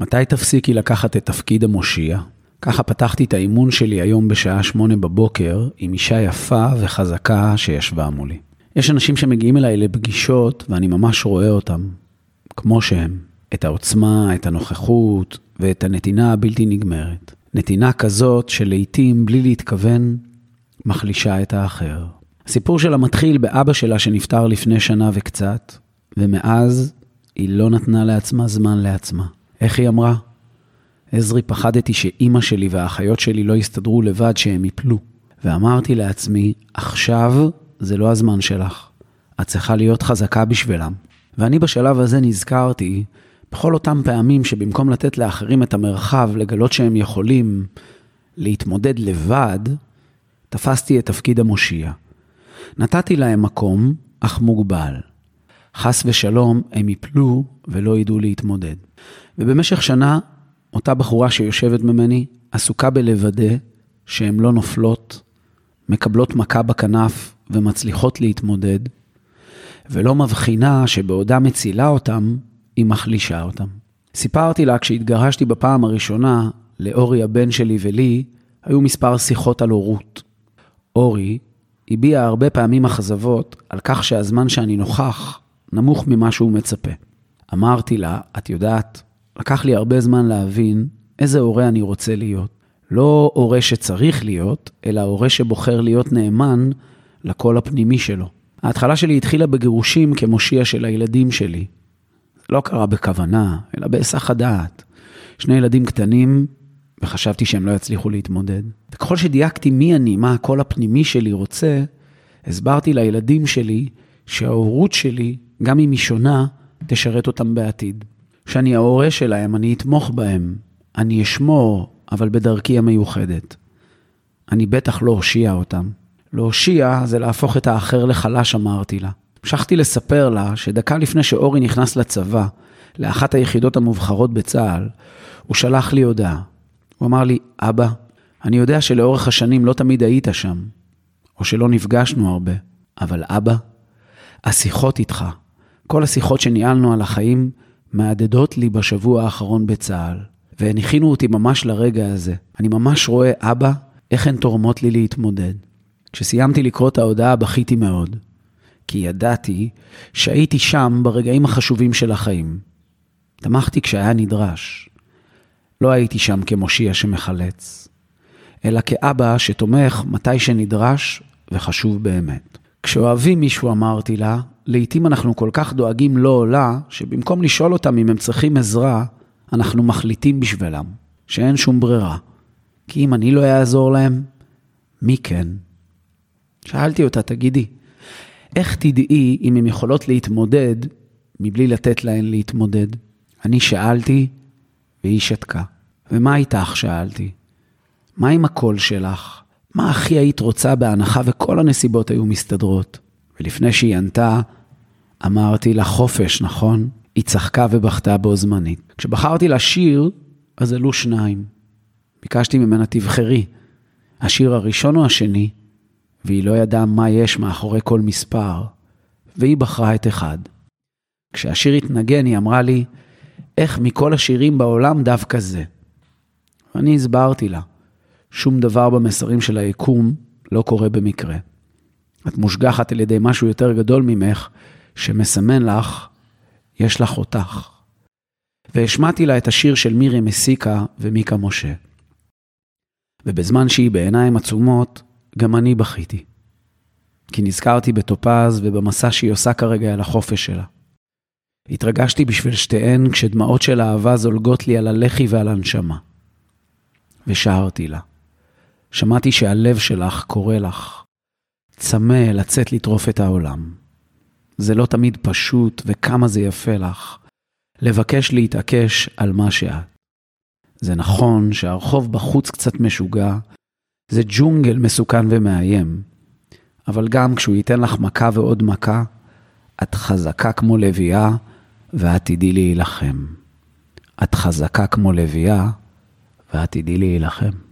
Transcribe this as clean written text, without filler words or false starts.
מתי תפסיקי לקחת את תפקיד המושיע? ככה פתחתי את האימון שלי היום בשעה 8 בבוקר עם אישה יפה וחזקה שישבה מולי. יש אנשים שמגיעים אליי לפגישות ואני ממש רואה אותם כמו שהם. את העוצמה, את הנוכחות ואת הנתינה הבלתי נגמרת. נתינה כזאת שלעיתים בלי להתכוון מחלישה את האחר. הסיפור שלה מתחיל באבא שלה שנפטר לפני שנה וקצת, ומאז היא לא נתנה לעצמה זמן לעצמה. איך היא אמרה? עזרי, פחדתי שאימא שלי והאחיות שלי לא יסתדרו לבד שהם יפלו. ואמרתי לעצמי, עכשיו זה לא הזמן שלך. את צריכה להיות חזקה בשבילם. ואני בשלב הזה נזכרתי, בכל אותם פעמים שבמקום לתת לאחרים את המרחב, לגלות שהם יכולים להתמודד לבד, תפסתי את תפקיד המושיע. נתתי להם מקום, אך מוגבל. חס ושלום, הם יפלו ולא ידעו להתמודד. ובמשך שנה, אותה בחורה שיושבת ממני, עסוקה בלוודא שהן לא נופלות, מקבלות מכה בכנף ומצליחות להתמודד, ולא מבחינה שבעודה מצילה אותם, היא מחלישה אותם. סיפרתי לה כשהתגרשתי בפעם הראשונה, לאורי הבן שלי ולי, היו מספר שיחות על הורות. אורי הביע הרבה פעמים אכזבות על כך שהזמן שאני נוכח נמוך ממה שהוא מצפה. אמרתי לה, את יודעת, לקח לי הרבה זמן להבין איזה הורה אני רוצה להיות. לא הורה שצריך להיות, אלא הורה שבוחר להיות נאמן לקול הפנימי שלו. ההתחלה שלי התחילה בגירושים כמושיע של הילדים שלי. זה לא קרה בכוונה, אלא בהיסח הדעת. 2 ילדים קטנים, וחשבתי שהם לא יצליחו להתמודד. וככל שדייקתי מי אני, מה הקול הפנימי שלי רוצה, הסברתי לילדים שלי שההורות שלי, גם אם היא שונה, תשרת אותם בעתיד. שאני ההורה שלהם, אני אתמוך בהם, אני אשמור, אבל בדרכי המיוחדת. אני בטח לא הושיע אותם. להושיע זה להפוך את האחר לחלש, אמרתי לה. המשכתי לספר לה שדקה לפני שאורי נכנס לצבא, לאחת היחידות המובחרות בצה"ל, הוא שלח לי הודעה. הוא אמר לי, אבא, אני יודע שלאורך השנים לא תמיד היית שם, או שלא נפגשנו הרבה, אבל אבא, השיחות איתך, כל השיחות שניהלנו על החיים, מעדדות לי בשבוע האחרון בצה"ל, והן הכינו אותי ממש לרגע הזה. אני ממש רואה, אבא, איך הן תורמות לי להתמודד. כשסיימתי לקרוא את ההודעה, בכיתי מאוד, כי ידעתי שהייתי שם ברגעים החשובים של החיים. תמכתי כשהיה נדרש. לא הייתי שם כמושיע שמחלץ, אלא כאבא שתומך מתי שנדרש וחשוב באמת. כשאוהבים מישהו, אמרתי לה, לעתים אנחנו כל כך דואגים לא עולה, שבמקום לשאול אותם אם הם צריכים עזרה, אנחנו מחליטים בשבילם, שאין שום ברירה. כי אם אני לא אעזור להם, מי כן? שאלתי אותה, תגידי, איך תדעי אם הם יכולות להתמודד, מבלי לתת להן להתמודד? אני שאלתי, והיא שתקה. ומה איתך? שאלתי. מה עם הקול שלך? מה הכי היית רוצה בהנחה וכל הנסיבות היו מסתדרות? ולפני שהיא ענתה, אמרתי לה חופש, נכון? היא צחקה ובכתה בו זמנית. כשבחרתי לשיר, אז עלו 2. ביקשתי ממנה תבחרי, השיר הראשון או השני, והיא לא ידעה מה יש מאחורי כל מספר, והיא בחרה את 1. כשהשיר התנגן, היא אמרה לי, איך מכל השירים בעולם דווקא זה? ואני הסברתי לה, שום דבר במסרים של היקום לא קורה במקרה. את מושגחת על ידי משהו יותר גדול ממך, שמסמן לך, יש לך אותך. והשמעתי לה את השיר של מירי מסיקה ומיקה משה. ובזמן שהיא בעיניים עצומות, גם אני בכיתי. כי נזכרתי בטופז ובמסע שהיא עושה כרגע על החופש שלה. התרגשתי בשביל שתיהן כשדמעות של אהבה זולגות לי על הלחי ועל הנשמה. ושרתי לה. שמעתי שהלב שלך קורא לך. צמא לצאת לטרוף את העולם. זה לא תמיד פשוט וכמה זה יפה לך. לבקש להתעקש על מה שאת. זה נכון שהרחוב בחוץ קצת משוגע. זה ג'ונגל מסוכן ומאיים. אבל גם כשהוא ייתן לך מכה ועוד מכה, את חזקה כמו לביאה, ואת תדעי להילחם. את חזקה כמו לביאה, ואת תדעי להילחם.